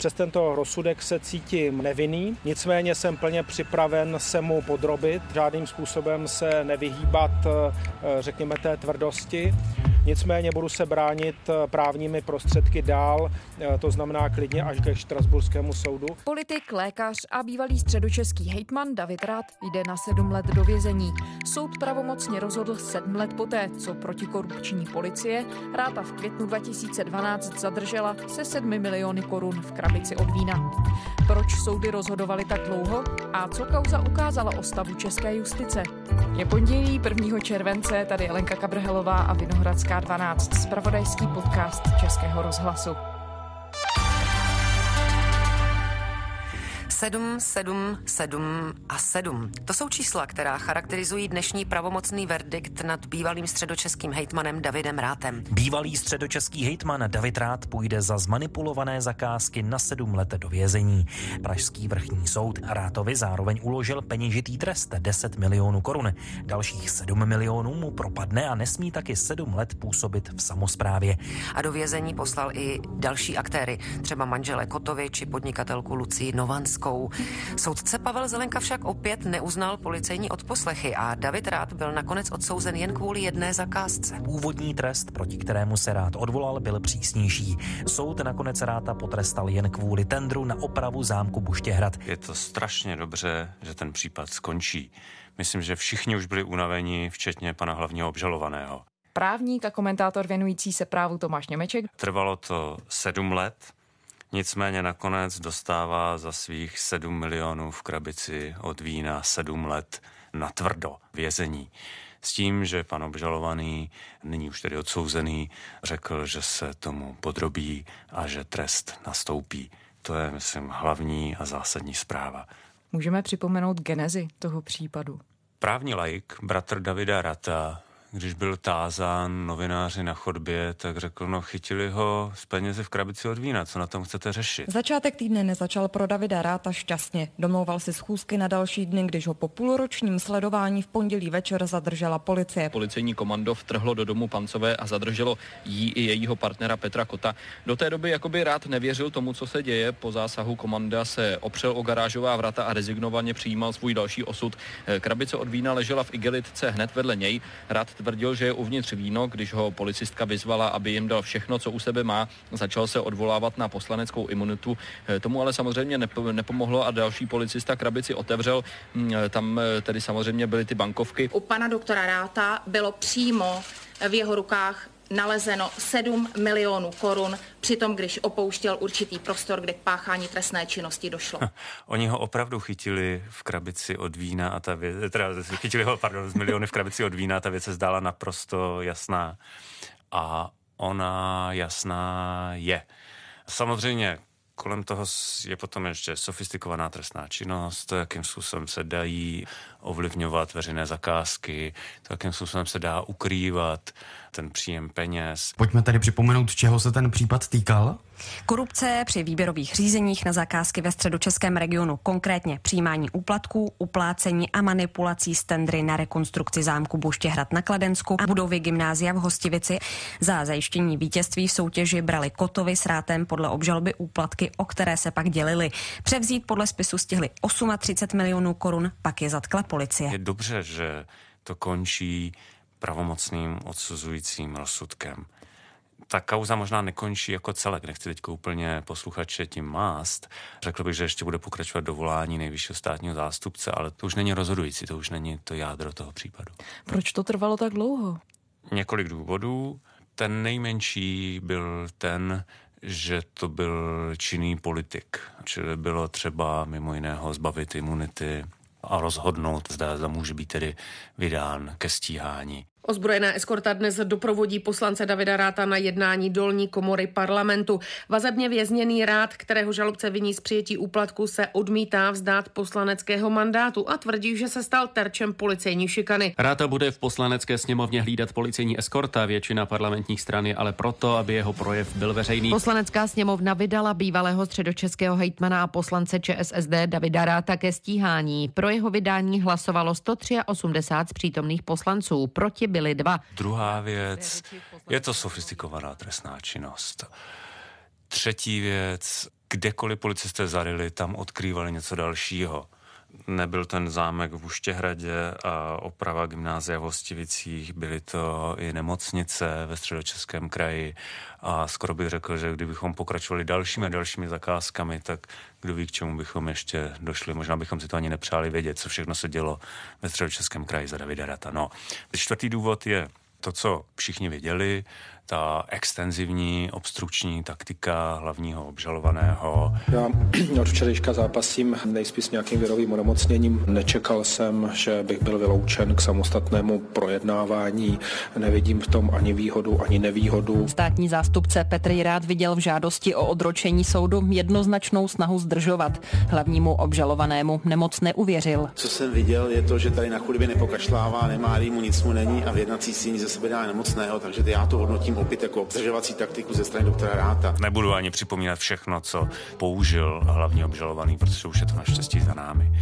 Přes tento rozsudek se cítím nevinný, nicméně jsem plně připraven se mu podrobit, žádným způsobem se nevyhýbat, řekněme, té tvrdosti. Nicméně budu se bránit právními prostředky dál, to znamená klidně až ke štrasburskému soudu. Politik, lékař a bývalý středočeský hejtman David Rath jde na 7 let do vězení. Soud pravomocně rozhodl 7 let poté, co protikorupční policie Ratha v květnu 2012 zadržela se 7 miliony korun v krabici od vína. Proč soudy rozhodovaly tak dlouho a co kauza ukázala o stavu české justice? Je pondělí 1. července, tady Lenka Kabrhelová a Vinohradská 12, zpravodajský podcast Českého rozhlasu. 7, 7, 7 a 7. To jsou čísla, která charakterizují dnešní pravomocný verdikt nad bývalým středočeským hejtmanem Davidem Rathem. Bývalý středočeský hejtman David Rath půjde za zmanipulované zakázky na 7 let do vězení. Pražský vrchní soud Rathovi zároveň uložil peněžitý trest 10 milionů korun. Dalších 7 milionů mu propadne a nesmí taky 7 let působit v samosprávě. A do vězení poslal i další aktéry, třeba manžele Kotovi či podnikatelku Lucii Novanskou. Soudce Pavel Zelenka však opět neuznal policejní odposlechy a David Rath byl nakonec odsouzen jen kvůli jedné zakázce. Původní trest, proti kterému se Rath odvolal, byl přísnější. Soud nakonec Ratha potrestal jen kvůli tendru na opravu zámku Buštěhrad. Je to strašně dobře, že ten případ skončí. Myslím, že všichni už byli unaveni, včetně pana hlavního obžalovaného. Právník a komentátor věnující se právu Tomáš Němeček. Trvalo to 7 let. Nicméně nakonec dostává za svých 7 milionů v krabici od vína 7 let na tvrdo vězení. S tím, že pan obžalovaný, nyní už tedy odsouzený, řekl, že se tomu podrobí a že trest nastoupí. To je, myslím, hlavní a zásadní zpráva. Můžeme připomenout genezi toho případu. Právní laik, bratr Davida Ratha, když byl tázán novináři na chodbě, tak řekl, chytili ho z penězi v krabici od vína, co na tom chcete řešit? Začátek týdne nezačal pro Davida Ratha šťastně. Domlouval si schůzky na další dny, když ho po půlročním sledování v pondělí večer zadržela policie. Policejní komando vtrhlo do domu Pancové a zadrželo jí i jejího partnera Petra Kota. Do té doby jakoby Rath nevěřil tomu, co se děje. Po zásahu komanda se opřel o garážová vrata a rezignovaně přijímal svůj další osud. Krabice od vína ležela v igelitce hned vedle něj. Rath tvrdil, že je uvnitř víno, když ho policistka vyzvala, aby jim dal všechno, co u sebe má. Začal se odvolávat na poslaneckou imunitu. Tomu ale samozřejmě nepomohlo a další policista krabici otevřel. Tam tedy samozřejmě byly ty bankovky. U pana doktora Ratha bylo přímo v jeho rukách nalezeno 7 milionů korun, přitom když opouštěl určitý prostor, kde k páchání trestné činnosti došlo. Oni ho opravdu chytili v krabici od vína a ta věc, chytili ho, z miliony v krabici od vína a ta věc se zdála naprosto jasná. A ona jasná je. Samozřejmě kolem toho je potom ještě sofistikovaná trestná činnost, to, jakým způsobem se dají ovlivňovat veřejné zakázky, to, jakým způsobem se dá ukrývat ten příjem peněz. Pojďme tady připomenout, čeho se ten případ týkal. Korupce při výběrových řízeních na zakázky ve středočeském regionu, konkrétně přijímání úplatků, uplácení a manipulací s tendry na rekonstrukci zámku Buštěhrad na Kladensku a budovy gymnázia v Hostivici. Za zajištění vítězství v soutěži brali Kotovi s Rathem podle obžaloby úplatky, o které se pak dělili. Převzít podle spisu stihli 38 milionů korun, pak je zatkla policie. Je dobře, že to končí pravomocným odsuzujícím rozsudkem. Ta kauza možná nekončí jako celek, nechci teď úplně posluchače tím mást. Řekl bych, že ještě bude pokračovat dovolání nejvyššího státního zástupce, ale to už není rozhodující, to už není to jádro toho případu. Proč to trvalo tak dlouho? Několik důvodů. Ten nejmenší byl ten, že to byl činný politik, čili bylo třeba mimo jiného zbavit imunity a rozhodnout, zda může být tedy vydán ke stíhání. Ozbrojená eskorta dnes doprovodí poslance Davida Ratha na jednání dolní komory parlamentu. Vazebně vězněný Rath, kterého žalobce viní z přijetí úplatku, se odmítá vzdát poslaneckého mandátu a tvrdí, že se stal terčem policejní šikany. Ratha bude v poslanecké sněmovně hlídat policejní eskorta, většina parlamentních stran je ale proto, aby jeho projev byl veřejný. Poslanecká sněmovna vydala bývalého středočeského hejtmana a poslance ČSSD Davida Ratha ke stíhání. Pro jeho vydání hlasovalo 183 z přítomných poslanců, proti byli 2. Druhá věc, je to sofistikovaná trestná činnost. Třetí věc, kdekoliv policisté zaryli, tam odkrývali něco dalšího. Nebyl ten zámek v Uštěhradě a oprava gymnázia v Hostivicích, byly to i nemocnice ve Středočeském kraji a skoro bych řekl, že kdybychom pokračovali dalšími zakázkami, tak kdo ví, k čemu bychom ještě došli. Možná bychom si to ani nepřáli vědět, co všechno se dělo ve Středočeském kraji za Davida Ratha. No. Čtvrtý důvod je to, co všichni věděli, ta extenzivní obstrukční taktika hlavního obžalovaného. Já od včerejška zápasím nejspíš s nějakým virovým onemocněním. Nečekal jsem, že bych byl vyloučen k samostatnému projednávání. Nevidím v tom ani výhodu, ani nevýhodu. Státní zástupce Petr Jirád viděl v žádosti o odročení soudu jednoznačnou snahu zdržovat. Hlavnímu obžalovanému nemoc neuvěřil. Co jsem viděl, je to, že tady na chudobě nepokašlává, nemá mu, nic mu není a v jednací síni ze sebe dá nemocného, takže já to hodnotím opět jako zdržovací taktiku ze strany doktora Ratha. Nebudu ani připomínat všechno, co použil hlavní obžalovaný, protože už je to naštěstí za námi.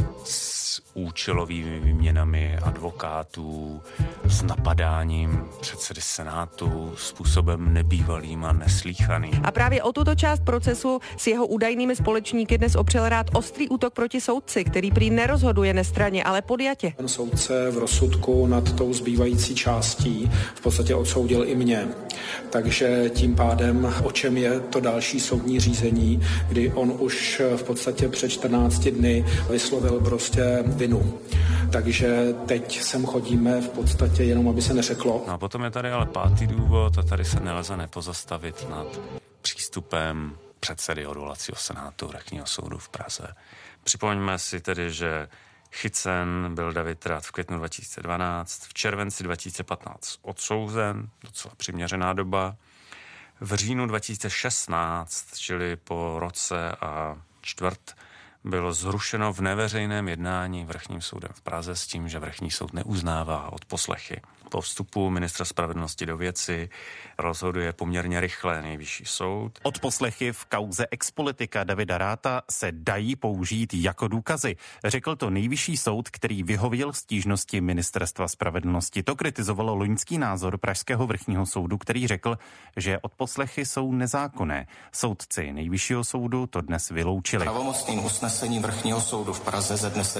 S účelovými výměnami advokátů, s napadáním předsedy Senátu způsobem nebývalým a neslýchaným. A právě o tuto část procesu s jeho údajnými společníky dnes opřel Rád ostrý útok proti soudci, který prý nerozhoduje nestranně, ale podjatě. Ten soudce v rozsudku nad tou zbývající částí v podstatě odsoudil i mě. Takže tím pádem, o čem je to další soudní řízení, kdy on už v podstatě před 14 dny vyslovil prostě vinu. Takže teď sem chodíme v podstatě jenom, aby se neřeklo. No a potom je tady ale pátý důvod a tady se nelze nepozastavit nad přístupem předsedy odvolacího senátu Vrchního soudu v Praze. Připomeňme si tedy, že chycen byl David Rath v květnu 2012, v červenci 2015 odsouzen, docela přiměřená doba. V říjnu 2016, čili po roce a čtvrt, bylo zrušeno v neveřejném jednání Vrchním soudem v Praze s tím, že Vrchní soud neuznává odposlechy. Po vstupu ministra spravedlnosti do věci rozhoduje poměrně rychle Nejvyšší soud. Odposlechy v kauze expolitika Davida Ratha se dají použít jako důkazy. Řekl to Nejvyšší soud, který vyhověl stížnosti ministerstva spravedlnosti. To kritizovalo loňský názor pražského Vrchního soudu, který řekl, že odposlechy jsou nezákonné. Soudci Nejvyššího soudu to dnes vyloučili. Pravomocným usnesením Vrchního soudu v Praze ze dne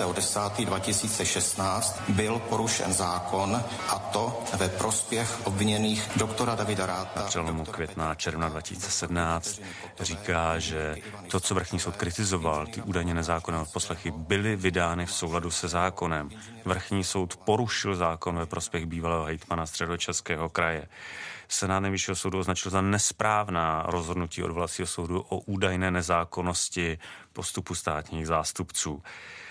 17.10.2016 byl porušen zákon, a to ve prospěch obviněných doktora Davida Ratha. Na přelomu května a června 2017 říká, že to, co Vrchní soud kritizoval, ty údajně nezákonné odposlechy, byly vydány v souladu se zákonem. Vrchní soud porušil zákon ve prospěch bývalého hejtmana Středočeského kraje. Senát Nejvyššího soudu označil za nesprávná rozhodnutí odvolacího soudu o údajné nezákonnosti postupu státních zástupců.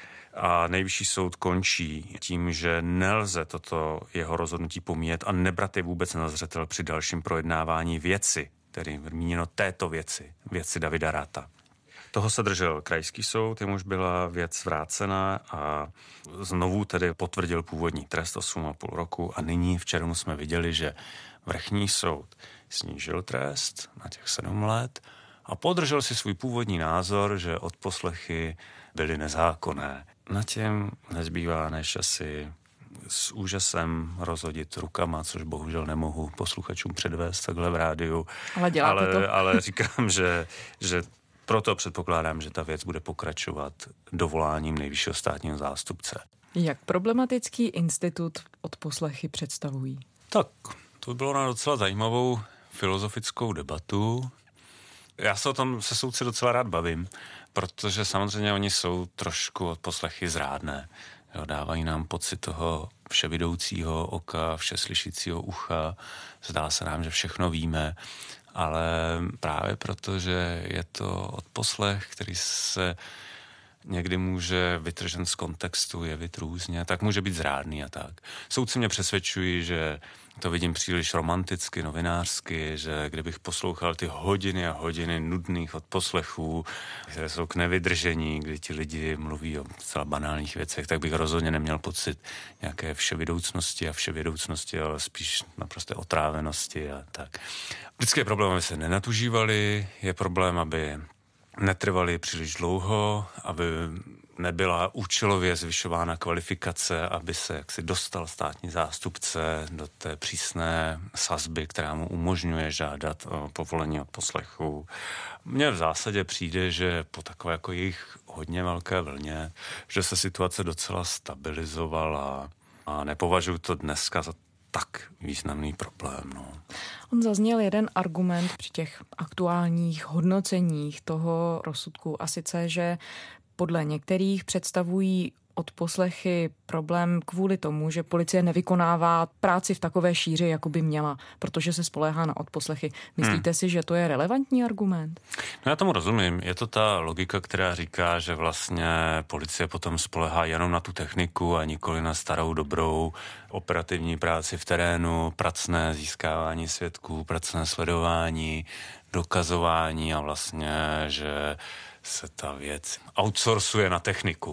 A Nejvyšší soud končí tím, že nelze toto jeho rozhodnutí pomíjet a nebrat je vůbec na zřetel při dalším projednávání věci, tedy míněno této věci Davida Ratha. Toho se držel krajský soud, jemuž byla věc vrácena a znovu tedy potvrdil původní trest 8,5 roku a nyní v červnu jsme viděli, že Vrchní soud snížil trest na těch 7 let a podržel si svůj původní názor, že odposlechy byly nezákonné. Na těm nezbývá než asi s úžasem rozhodit rukama, což bohužel nemohu posluchačům předvést takhle v rádiu. Ale říkám, že proto předpokládám, že ta věc bude pokračovat dovoláním Nejvyššího státního zástupce. Jak problematický institut odposlechy představují? Tak, to bylo na docela zajímavou filozofickou debatu. Já se o tom se soudci docela rád bavím, protože samozřejmě oni jsou trošku odposlechy zrádné. Jo, dávají nám pocit toho vševidoucího oka, všeslyšícího ucha. Zdá se nám, že všechno víme, ale právě protože je to odposlech, který se někdy může vytržen z kontextu, jevit různě, tak může být zrádný a tak. Soudci mě přesvědčují, že to vidím příliš romanticky, novinářsky, že kdybych poslouchal ty hodiny a hodiny nudných odposlechů, které jsou k nevydržení, kdy ti lidi mluví o celá banálních věcech, tak bych rozhodně neměl pocit nějaké vševědoucnosti, ale spíš naprosté otrávenosti a tak. Vždycky je problém, aby se nenatužívali, je problém, aby netrvali příliš dlouho, aby nebyla účelově zvyšována kvalifikace, aby se jaksi dostal státní zástupce do té přísné sazby, která mu umožňuje žádat o povolení odposlechu. Mně v zásadě přijde, že po takové jako jejich hodně velké vlně, že se situace docela stabilizovala a nepovažuji to dneska za tak významný problém. No. On zazněl jeden argument při těch aktuálních hodnoceních toho rozsudku, a sice, že podle některých představují odposlechy problém kvůli tomu, že policie nevykonává práci v takové šíři, jako by měla, protože se spoléhá na odposlechy. Myslíte si, že to je relevantní argument? No já tomu rozumím. Je to ta logika, která říká, že vlastně policie potom spoléhá jenom na tu techniku a nikoli na starou dobrou operativní práci v terénu, pracné získávání svědků, pracné sledování, dokazování a vlastně, že se ta věc outsourcuje na techniku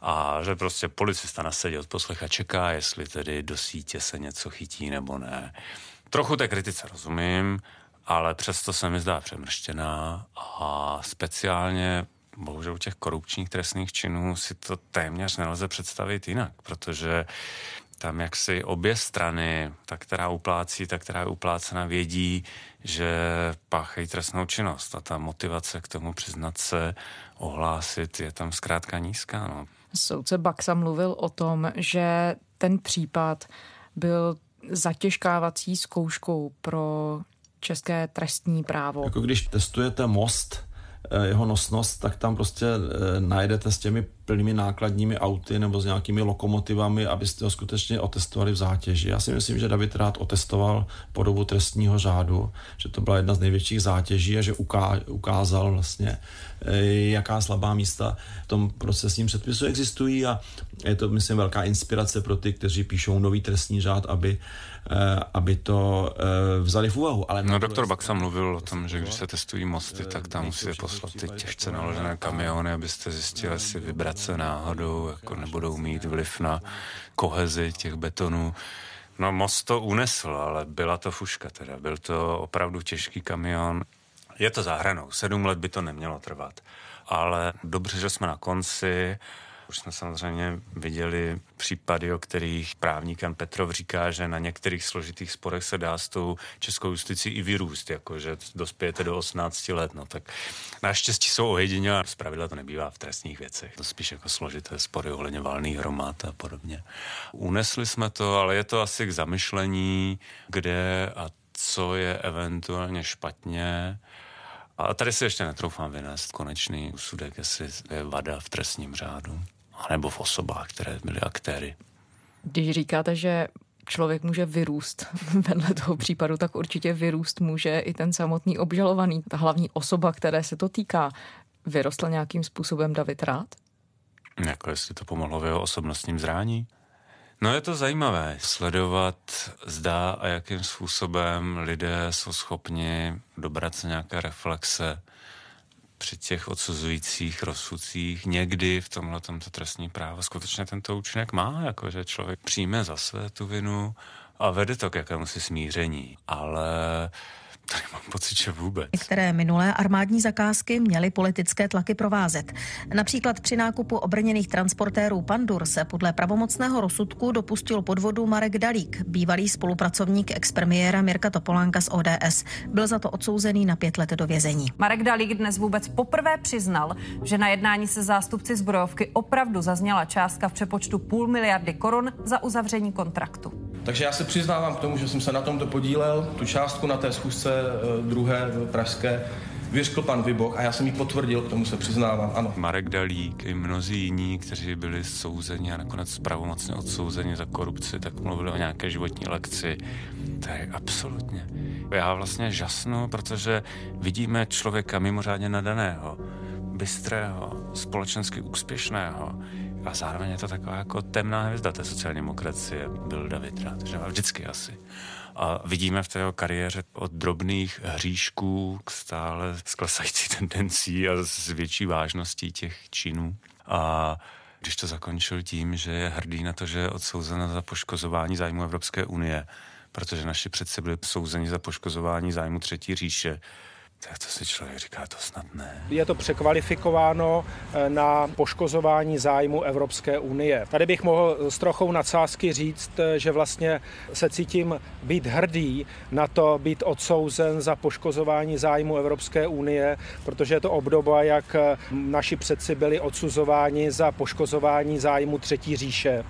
a že prostě policista nasedí odposlech a čeká, jestli tedy do sítě se něco chytí nebo ne. Trochu té kritice rozumím, ale přesto se mi zdá přemrštěná a speciálně bohužel u těch korupčních trestných činů si to téměř nelze představit jinak, protože tam jaksi obě strany, ta, která uplácí, ta, která je uplácena, vědí, že páchají trestnou činnost a ta motivace k tomu přiznat se, ohlásit je tam zkrátka nízká. No. Soudce Baxa mluvil o tom, že ten případ byl zatěžkávací zkouškou pro české trestní právo. Jako když testujete most, jeho nosnost, tak tam prostě najedete s těmi plnými nákladními auty nebo s nějakými lokomotivami, abyste ho skutečně otestovali v zátěži. Já si myslím, že David Rath otestoval podobu trestního řádu, že to byla jedna z největších zátěží a že ukázal vlastně, jaká slabá místa v tom procesním předpisu existují a je to, myslím, velká inspirace pro ty, kteří píšou nový trestní řád, aby to vzali v úvahu. Ale no, doktor Baxa mluvil o tom, že když se testují mosty, tak tam musíte poslat ty těžce naložené kamiony, abyste zjistili, jestli vibrace náhodou jako nebudou mít vliv na kohezi těch betonů. No, most to unesl, ale byla to fuška teda. Byl to opravdu těžký kamion. Je to za hranou. 7 let by to nemělo trvat. Ale dobře, že jsme na konci. Už jsme samozřejmě viděli případy, o kterých právník Jan Petrov říká, že na některých složitých sporech se dá s tou českou justicí i vyrůst, jakože dospějete do 18 let. No tak naštěstí jsou ojedinělé. Zpravidla to nebývá v trestních věcech. To spíš jako složité spory ohledně valných hromad a podobně. Unesli jsme to, ale je to asi k zamyšlení, kde a co je eventuálně špatně. A tady si ještě netroufám vynést konečný úsudek, jestli je vada v trestním řádu, anebo v osobách, které byly aktéry. Když říkáte, že člověk může vyrůst vedle toho případu, tak určitě vyrůst může i ten samotný obžalovaný. Ta hlavní osoba, které se to týká, vyrostl nějakým způsobem David Rath? Jako jestli to pomohlo v jeho osobnostním zrání? No je to zajímavé sledovat, zda a jakým způsobem lidé jsou schopni dobrat se nějaké reflexe při těch odsuzujících rozsudcích. Někdy v tomhletom to trestní právo skutečně tento účinek má, jakože člověk přijme za své tu vinu a vede to k jakémusi smíření. Ale tady mám pocit, že vůbec. Některé minulé armádní zakázky měly politické tlaky provázet. Například při nákupu obrněných transportérů Pandur se podle pravomocného rozsudku dopustil podvodu Marek Dalík, bývalý spolupracovník expremiéra Mirka Topolánka z ODS. Byl za to odsouzený na 5 let do vězení. Marek Dalík dnes vůbec poprvé přiznal, že na jednání se zástupci zbrojovky opravdu zazněla částka v přepočtu 500 miliardy korun za uzavření kontraktu. Takže já se přiznávám k tomu, že jsem se na tomto podílel. Tu částku na té schůzce druhé pražské vyřkl pan Vyboch a já jsem ji potvrdil, k tomu se přiznávám, ano. Marek Dalík i mnozí jiní, kteří byli souzeni a nakonec pravomocně odsouzeni za korupci, tak mluvili o nějaké životní lekci. To je absolutně. Já vlastně žasnu, protože vidíme člověka mimořádně nadaného, bystrého, společensky úspěšného a zároveň je to taková jako temná hvězda té sociální demokracie, byl David Rath, že vždycky asi. A vidíme v té jeho kariéře od drobných hříšků k stále sklesající tendencí a s větší vážností těch činů. A když to zakončil tím, že je hrdý na to, že je odsouzen za poškozování zájmu Evropské unie, protože naši předci byli souzeni za poškozování zájmu Třetí říše, Tak to si člověk říká, to snad ne. Je to překvalifikováno na poškozování zájmu Evropské unie. Tady bych mohl s trochou nadsázky říct, že vlastně se cítím být hrdý na to, být odsouzen za poškozování zájmu Evropské unie, protože je to obdoba, jak naši předci byli odsuzováni za poškozování zájmu Třetí říše.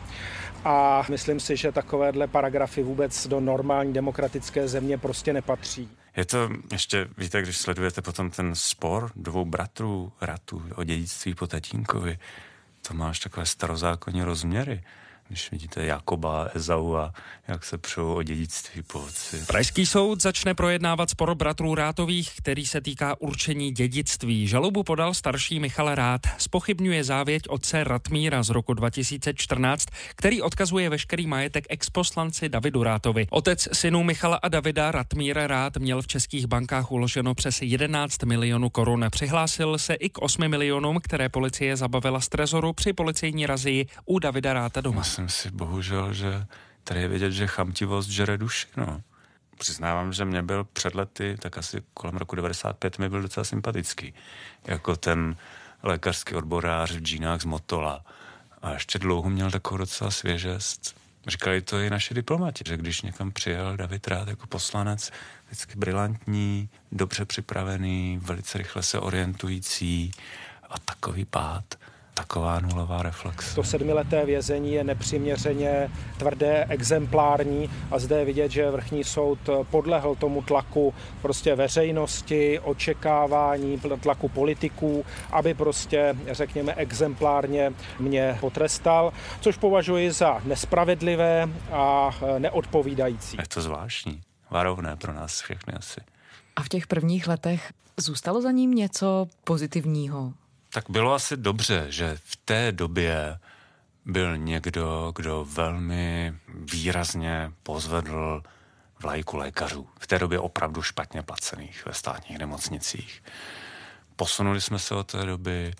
A myslím si, že takovéhle paragrafy vůbec do normální demokratické země prostě nepatří. Je to ještě, víte, když sledujete potom ten spor dvou bratrů Ratů o dědictví po tatínkovi, to má až takové starozákonní rozměry. Když vidíte Jakoba a Ezau a jak se přou o dědictví po otci. Pražský soud začne projednávat spor bratrů Rátových, který se týká určení dědictví. Žalobu podal starší Michal Rád. Zpochybňuje závěť otce Ratmíra z roku 2014, který odkazuje veškerý majetek exposlanci Davidu Rátovi. Otec synů Michala a Davida, Ratmír Rád, měl v českých bankách uloženo přes 11 milionů korun. Přihlásil se i k 8 milionům, které policie zabavila z trezoru při policejní razii u Davida Ráta doma. Myslím si bohužel, že tady je vidět, že chamtivost žere duši, no. Přiznávám, že mě byl před lety, tak asi kolem roku 95 mi byl docela sympatický. Jako ten lékařský odborář v džínách z Motola. A ještě dlouho měl takovou docela svěžest. Říkali to i naši diplomati, že když někam přijel David Rád jako poslanec, vždycky brilantní, dobře připravený, velice rychle se orientující a takový pád. Taková nulová reflexe. To 7leté vězení je nepřiměřeně tvrdé, exemplární a zde je vidět, že vrchní soud podlehl tomu tlaku prostě veřejnosti, očekávání, tlaku politiků, aby prostě, řekněme, exemplárně mě potrestal, což považuji za nespravedlivé a neodpovídající. Je to zvláštní, varovné pro nás všechny asi. A v těch prvních letech zůstalo za ním něco pozitivního? Tak bylo asi dobře, že v té době byl někdo, kdo velmi výrazně pozvedl vlajku lékařů. V té době opravdu špatně placených ve státních nemocnicích. Posunuli jsme se od té doby,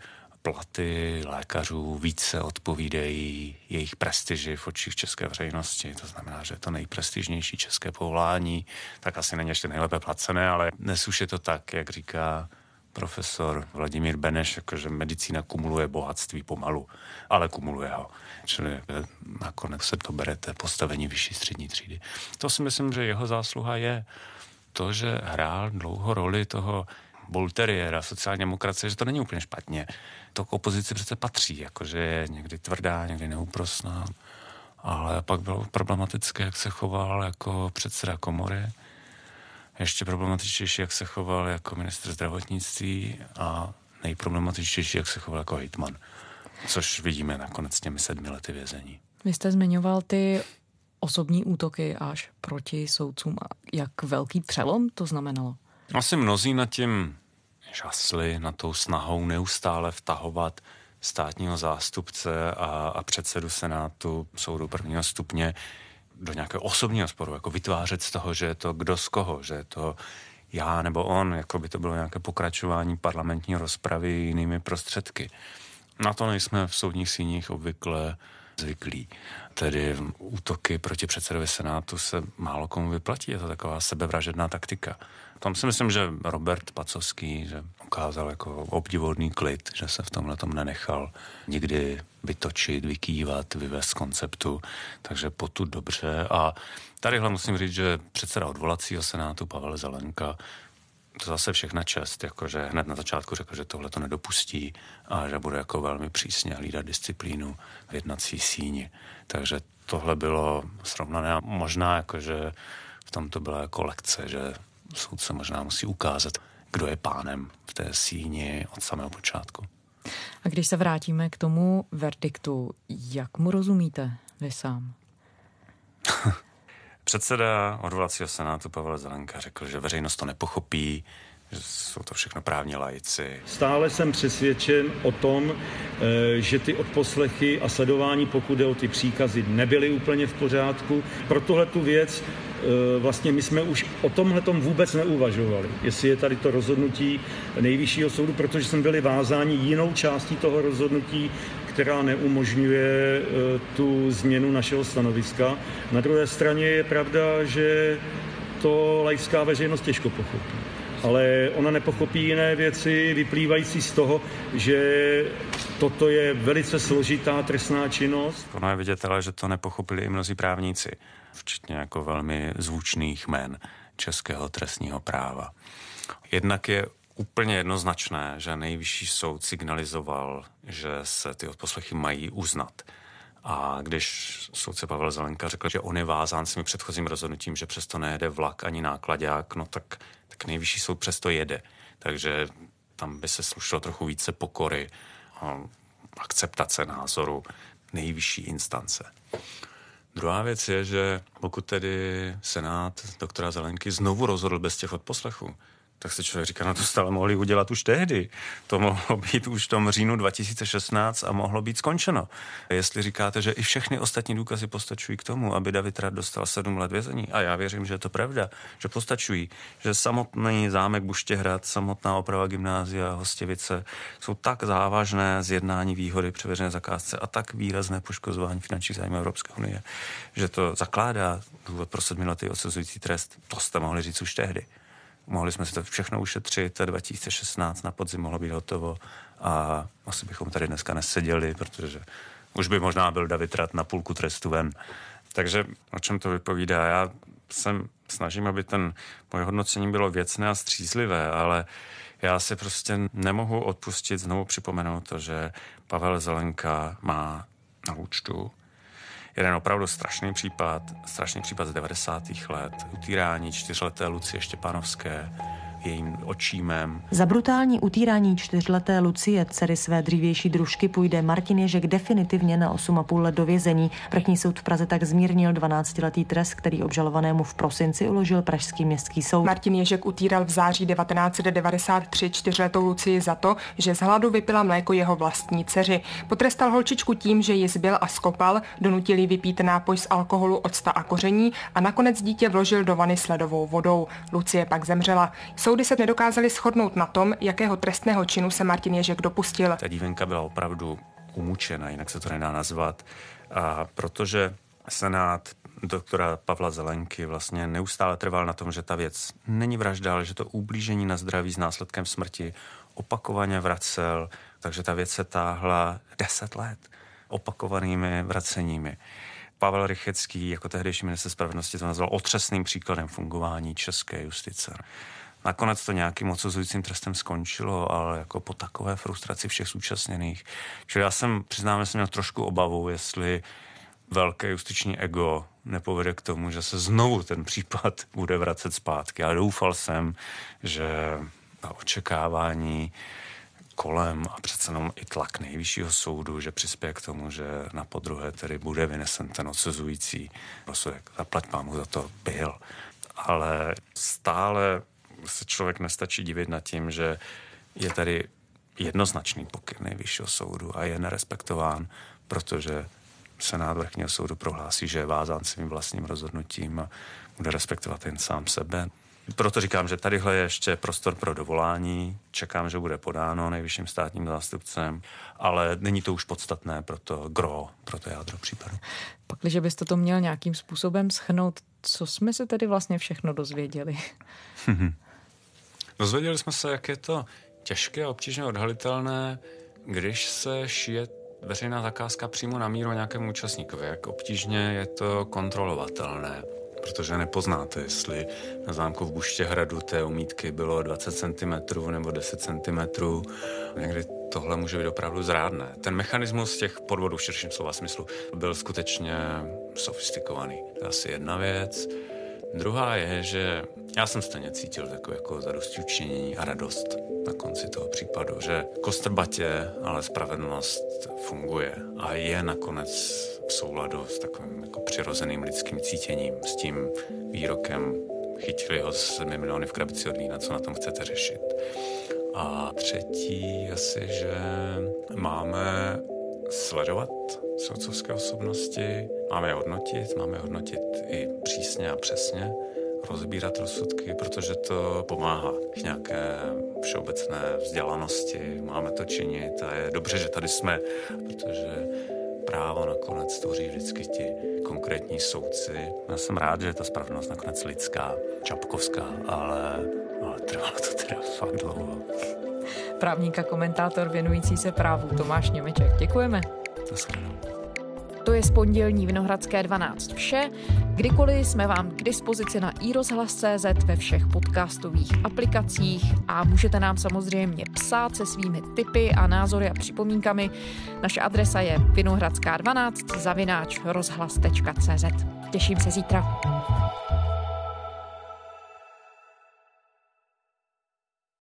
platy lékařů více odpovídají jejich prestiži v očích české veřejnosti. To znamená, že je to nejprestižnější české povolání, tak asi není ještě nejlépe placené, ale dnes už je to tak, jak říká profesor Vladimír Beneš, jakože medicína kumuluje bohatství pomalu, ale kumuluje ho. Čili nakonec se to berete postavení vyšší střední třídy. To si myslím, že jeho zásluha je to, že hrál dlouho roli toho bulteriéra sociální demokracie, že to není úplně špatně. To k opozici přece patří, jakože je někdy tvrdá, někdy neúprosná, ale pak bylo problematické, jak se choval jako předseda komory. Ještě problematičtější, jak se choval jako ministr zdravotnictví a nejproblematičtější, jak se choval jako hejtman. Což vidíme nakonec těmi 7 lety vězení. Vy jste zmiňoval ty osobní útoky až proti soudcům. Jak velký přelom to znamenalo? Asi mnozí nad tím žasli, nad tou snahou neustále vtahovat státního zástupce a předsedu Senátu soudu prvního stupně do nějakého osobního sporu, jako vytvářet z toho, že je to kdo z koho, že je to já nebo on, jako by to bylo nějaké pokračování parlamentní rozpravy jinými prostředky. Na to nejsme v soudních síních obvykle zvyklí. Tedy útoky proti předsedovi Senátu se málo komu vyplatí, je to taková sebevražedná taktika. Tam si myslím, že Robert Pacovský, že ukázal jako obdivuhodný klid, že se v tomhletom nenechal nikdy vytočit, vykývat, vyvést z konceptu, takže potud dobře. A tadyhle musím říct, že předseda odvolacího Senátu Pavel Zelenka, to zase všechna čest, jakože hned na začátku řekl, že tohle to nedopustí a že bude jako velmi přísně hlídat disciplínu v jednací síni. Takže tohle bylo srovnané a možná jakože v tom to byla jako lekce, že soudce možná musí ukázat, kdo je pánem v té síni od samého počátku. A když se vrátíme k tomu verdiktu, jak mu rozumíte vy sám? Předseda odvolacího Senátu Pavel Zelenka řekl, že veřejnost to nepochopí, že jsou to všechno právní laici. Stále jsem přesvědčen o tom, že ty odposlechy a sledování, pokud jde o ty příkazy, nebyly úplně v pořádku. Pro tuhletu věc vlastně my jsme už o tomhletom vůbec neuvažovali. Jestli je tady to rozhodnutí Nejvyššího soudu, protože jsme byli vázáni jinou částí toho rozhodnutí, která neumožňuje tu změnu našeho stanoviska. Na druhé straně je pravda, že to laická veřejnost těžko pochopí. ale ona nepochopí jiné věci vyplývající z toho, že toto je velice složitá trestná činnost. Ono je vidět, ale že to nepochopili i mnozí právníci, včetně jako velmi zvučných jmen českého trestního práva. Jednak je úplně jednoznačné, že Nejvyšší soud signalizoval, že se ty odposlechy mají uznat. A když soudce Pavel Zelenka řekl, že on je vázán svým předchozím rozhodnutím, že přesto nejede vlak ani náklaďák, no tak Nejvyšší soud přesto jede. Takže tam by se slušelo trochu více pokory a akceptace názoru nejvyšší instance. Druhá věc je, že pokud tedy Senát doktora Zelenky znovu rozhodl bez těch odposlechů, tak se člověk říká, no to stále mohli udělat už tehdy. To mohlo být už v tom říjnu 2016 a mohlo být skončeno. Jestli říkáte, že i všechny ostatní důkazy postačují k tomu, aby David Rath dostal 7 let vězení, a já věřím, že je to pravda, že postačují, že samotný zámek Buštěhrad, samotná oprava gymnázia Hostěvice jsou tak závažné zjednání výhody při veřejné zakázce a tak výrazné poškozování finančních zájmů Evropské unie, že to zakládá důvod pro 7letý odsuzující trest. To jste mohli říct už tehdy. Mohli jsme si to všechno ušetřit, 2016 na podzim mohlo být hotovo a asi bychom tady dneska neseděli, protože už by možná byl David Rath na půlku trestu ven. Takže o čem to vypovídá? Já snažím, aby moje hodnocení bylo věcné a střízlivé, ale já si prostě nemohu odpustit znovu připomenout to, že Pavel Zelenka má na účtu jeden opravdu strašný případ z 90. let, utírání 4leté Lucie Štěpánovské jejím očímem. Za brutální utírání 4leté Lucie, dcery své dřívější družky, půjde Martin Ježek definitivně na 8,5 let do vězení. Vrchní soud v Praze tak zmírnil 12letý trest, který obžalovanému v prosinci uložil pražský městský soud. Martin Ježek utíral v září 1993 4letou Lucii za to, že z hladu vypila mléko jeho vlastní dceři. Potrestal holčičku tím, že ji zbil a skopal, donutil jí vypít nápoj z alkoholu, octa a koření a nakonec dítě vložil do vany s ledovou vodou. Lucie pak zemřela. Soudy se nedokázaly shodnout na tom, jakého trestného činu se Martin Ježek dopustil. Ta dívenka byla opravdu umučena, jinak se to nedá nazvat. A protože Senát doktora Pavla Zelenky vlastně neustále trval na tom, že ta věc není vražda, ale že to ublížení na zdraví s následkem smrti opakovaně vracel, takže ta věc se táhla 10 let opakovanými vraceními. Pavel Rychecký jako tehdejší ministr spravedlnosti to nazval otřesným příkladem fungování české justice. Nakonec to nějakým odsuzujícím trestem skončilo, ale jako po takové frustraci všech zúčastněných. Čili já přiznám, že jsem měl trošku obavu, jestli velké justiční ego nepovede k tomu, že se znovu ten případ bude vracet zpátky. Já doufal jsem, že ta očekávání kolem a přece jenom i tlak Nejvyššího soudu, že přispěje k tomu, že na podruhé tedy bude vynesen ten odsuzující rozsudek. Zaplať pámu za to byl. Ale stále se člověk nestačí divit nad tím, že je tady jednoznačný pokyn Nejvyššího soudu a je nerespektován, protože Senát Vrchního soudu prohlásí, že je vázán svým vlastním rozhodnutím a bude respektovat jen sám sebe. Proto říkám, že tadyhle je ještě prostor pro dovolání. Čekám, že bude podáno nejvyšším státním zástupcem, ale není to už podstatné pro to gro, pro to jádro případu. Pak, když byste to měl nějakým způsobem shrnout, co jsme se tedy vlastně všechno dozvěděli? Dozvěděli jsme se, jak je to těžké a obtížně odhalitelné, když se šije veřejná zakázka přímo na míru nějakému účastníkovi, jak obtížně je to kontrolovatelné. Protože nepoznáte, jestli na zámku v Buštěhradu té omítky bylo 20 cm nebo 10 cm. Někdy tohle může být opravdu zrádné. Ten mechanismus těch podvodů v širším slova smyslu byl skutečně sofistikovaný. To je asi jedna věc. Druhá je, že já jsem stejně cítil takové jako zadostiučinění a radost na konci toho případu, že kostrbatě, ale spravedlnost funguje a je nakonec v souladu s takovým jako přirozeným lidským cítěním, s tím výrokem chytili ho s 7 miliony v krabici od vína, co na tom chcete řešit. A třetí asi, že máme sledovat soudcovské osobnosti, máme je hodnotit i přísně a přesně, rozbírat rozsudky, protože to pomáhá k nějaké všeobecné vzdělanosti, máme to činit a je dobře, že tady jsme, protože právo nakonec tvoří vždycky ti konkrétní soudci. Já jsem rád, že je ta spravedlnost nakonec lidská, čapkovská, ale trvalo to teda fakt dlouho. Právník a komentátor věnující se právu Tomáš Němeček. Děkujeme. To je z pondělní Vinohradské 12 vše. Kdykoliv jsme vám k dispozici na iRozhlas.cz ve všech podcastových aplikacích a můžete nám samozřejmě psát se svými tipy a názory a připomínkami. Naše adresa je vinohradská12 @rozhlas.cz. Těším se zítra.